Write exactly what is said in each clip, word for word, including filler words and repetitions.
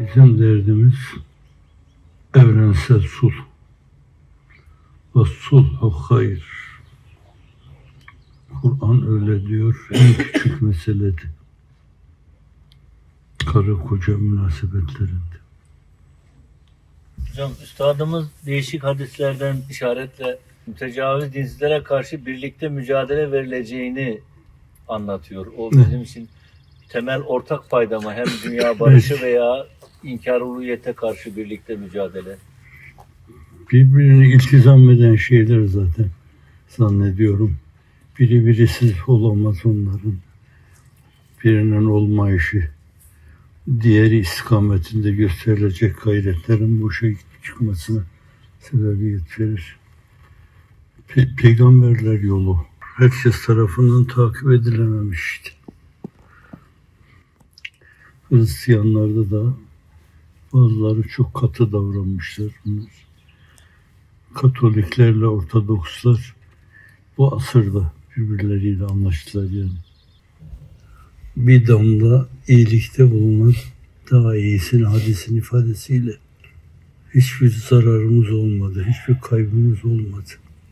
Bizim derdimiz evrensel sulh. Ve sulhu hayır. Kur'an öyle diyor. En küçük meselede. Karı koca münasebetlerinde. Hocam üstadımız değişik hadislerden işaretle mütecaviz dinsizlere karşı birlikte mücadele verileceğini anlatıyor. O bizim için temel ortak payda mı? Hem dünya barışı veya inkar uluyete karşı birlikte mücadele. Birbirini iltizam eden şeyler zaten zannediyorum. Biri birisiz olamaz onların. Birinin olmayışı, diğeri istikametinde gösterilecek gayretlerin boşa çıkmasına sebebiyet verir. Pe- Peygamberler yolu herkes tarafından takip edilememişti. Hristiyanlarda da bazıları çok katı davranmışlar. Bunlar. Katoliklerle Ortodokslar bu asırda birbirleriyle anlaştılar yani. Bir damla iyilikte bulunan daha iyisini hadisin ifadesiyle hiçbir zararımız olmadı, hiçbir kaybımız olmadı.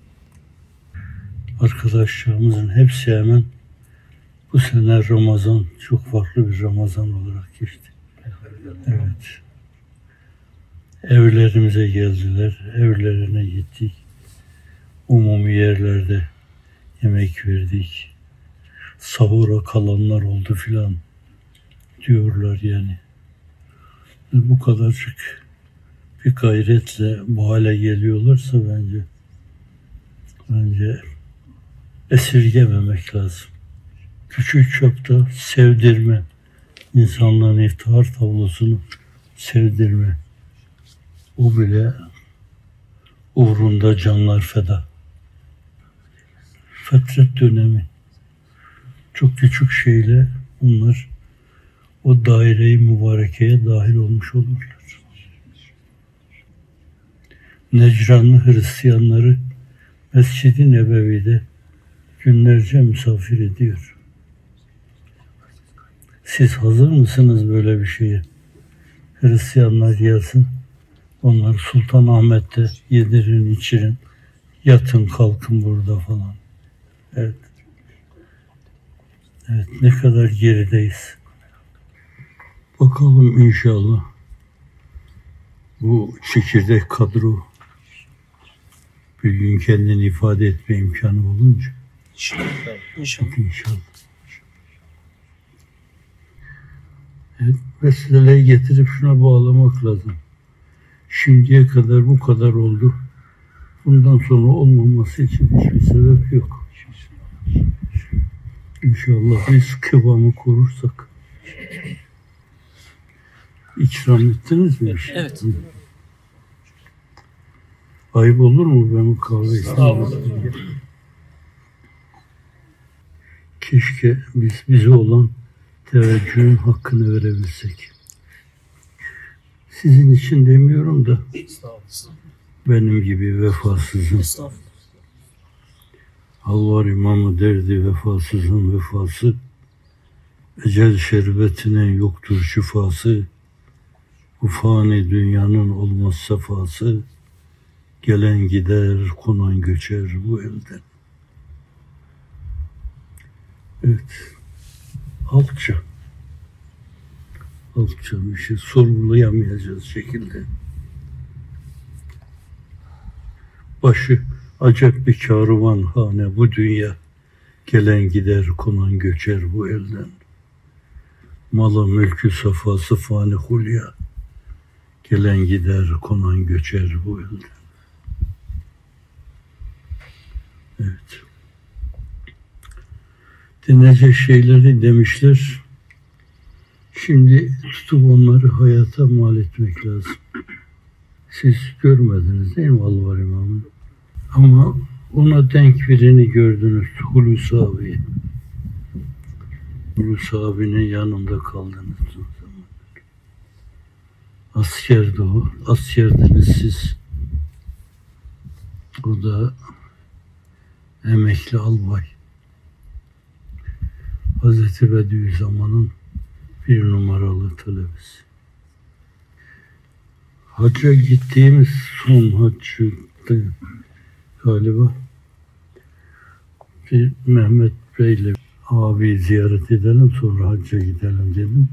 Arkadaşlarımızın hepsi hemen bu sene Ramazan çok farklı bir Ramazan olarak geçti. Evet. Evlerimize geldiler, evlerine gittik. Umumi yerlerde yemek verdik. Sahura kalanlar oldu filan diyorlar yani. Bu kadarcık bir gayretle bu hale geliyorlarsa bence bence esirgememek lazım. Küçük çapta sevdirme, insanların iftihar tablosunu sevdirme. O bile uğrunda canlar feda. Fetret dönemi. Çok küçük şeyle bunlar o daire-i mübarekeye dahil olmuş olurlar. Necranlı Hristiyanları Mescid-i Nebevi'de günlerce misafir ediyor. Siz hazır mısınız böyle bir şeye? Hristiyanlar gelsin, onları Sultanahmet'te yedirin, içirin, yatın, kalkın burada falan. Evet. Evet, ne kadar gerideyiz. Bakalım inşallah bu çekirdek kadro bir gün kendini ifade etme imkanı bulunca. İnşallah. İnşallah. İnşallah. Evet, meseleyi getirip şuna bağlamak lazım. Şimdiye kadar bu kadar oldu. Bundan sonra olmaması için hiçbir sebep yok. İnşallah biz kıvamı korursak. İkram ettiniz mi? Evet. Ayıp olur mu ben bu kahve içmem? Keşke biz bize olan teveccühün hakkını verebilsek. Sizin için demiyorum da benim gibi vefasızın, Halvar imamı derdi vefasızın vefası, ecel şerbetine yoktur şifası, bu fani dünyanın olmaz sefası, gelen gider konan göçer bu elden. Evet, halkça, halkça bir şey sorgulayamayacağız şekilde. Başı acep bir kârvanhane bu dünya, gelen gider konan göçer bu elden. Malı mülkü safası fani hulya, gelen gider konan göçer bu elden. Evet. Denecek şeyleri demişler. Şimdi tutup onları hayata mal etmek lazım. Siz görmediniz değil mi Halvar İmam'ı? Ama ona denk birini gördünüz. Hulusi abi. Hulusi abinin yanında kaldınız. Askerdi o. Askerdiniz siz. O da emekli albay. Hazreti Bediüzzaman'ın bir numaralı talebesi. Hacca gittiğimiz son haccıydı galiba. Bir Mehmet Bey'le abi ziyaret edelim sonra hacca gidelim dedim.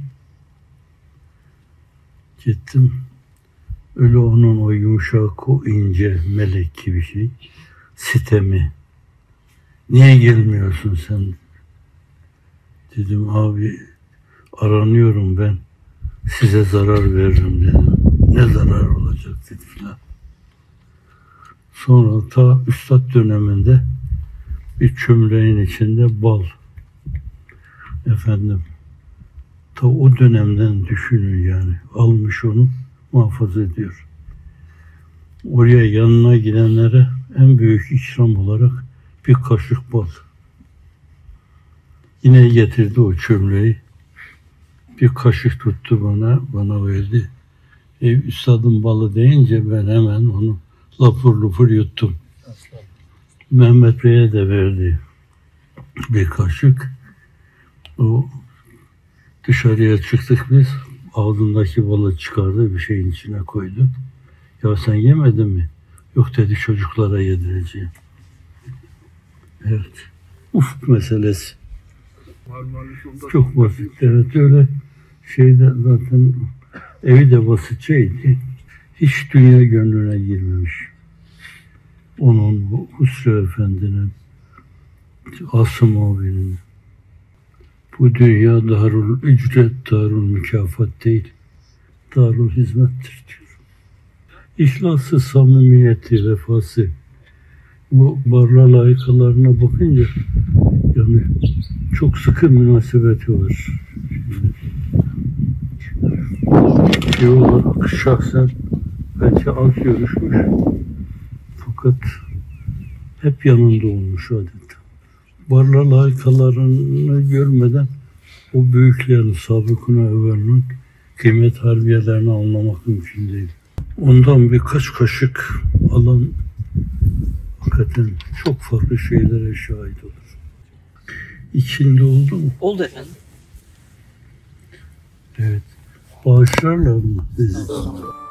Gittim. Öyle onun o yumuşak, o ince, melek gibi şey. Sitemi. Niye gelmiyorsun sen? Dedim abi aranıyorum ben. Size zarar veririm dedim. Ne zarar olacak dedi filan. Sonra ta üstad döneminde bir çömleğin içinde bal. Efendim ta o dönemden düşünün yani. Almış onu muhafaza ediyor. Oraya yanına gidenlere en büyük ikram olarak bir kaşık bal. Yine getirdi o çömleği. Bir kaşık tuttu bana, bana verdi. E, üstadın balı deyince ben hemen onu lapur lupur yuttum. Mehmet Bey'e de verdi bir kaşık. O dışarıya çıktık biz. Ağzındaki balı çıkardı, bir şeyin içine koydu. Ya sen yemedin mi? Yok dedi, çocuklara yedireceğim. Evet. Ufuk meselesi. Çok basit. Evet öyle şeyde zaten evi de basitçeydi. Hiç dünya gönlüne girmemiş. Onun, bu Hüsrev Efendi'nin, Asım abinin. Bu dünya darul ücret, darul mükafat değil. Darul hizmettir diyor. İhlası, samimiyeti, vefası. Bu barla layıkalarına bakınca yani çok sıkı münasebeti var. Şey olarak şahsen belki az görüşmüş fakat hep yanında olmuş adeta. Barla layıkalarını görmeden o büyüklerin, sabıkına evvelinin kıymet harbiyelerini anlamak mümkün değil. Ondan birkaç kaşık alan hakikaten çok farklı şeylere şahit olur. İçinde oldu mu? Oldu efendim. Evet. Bağışlarlar mı? Bizi?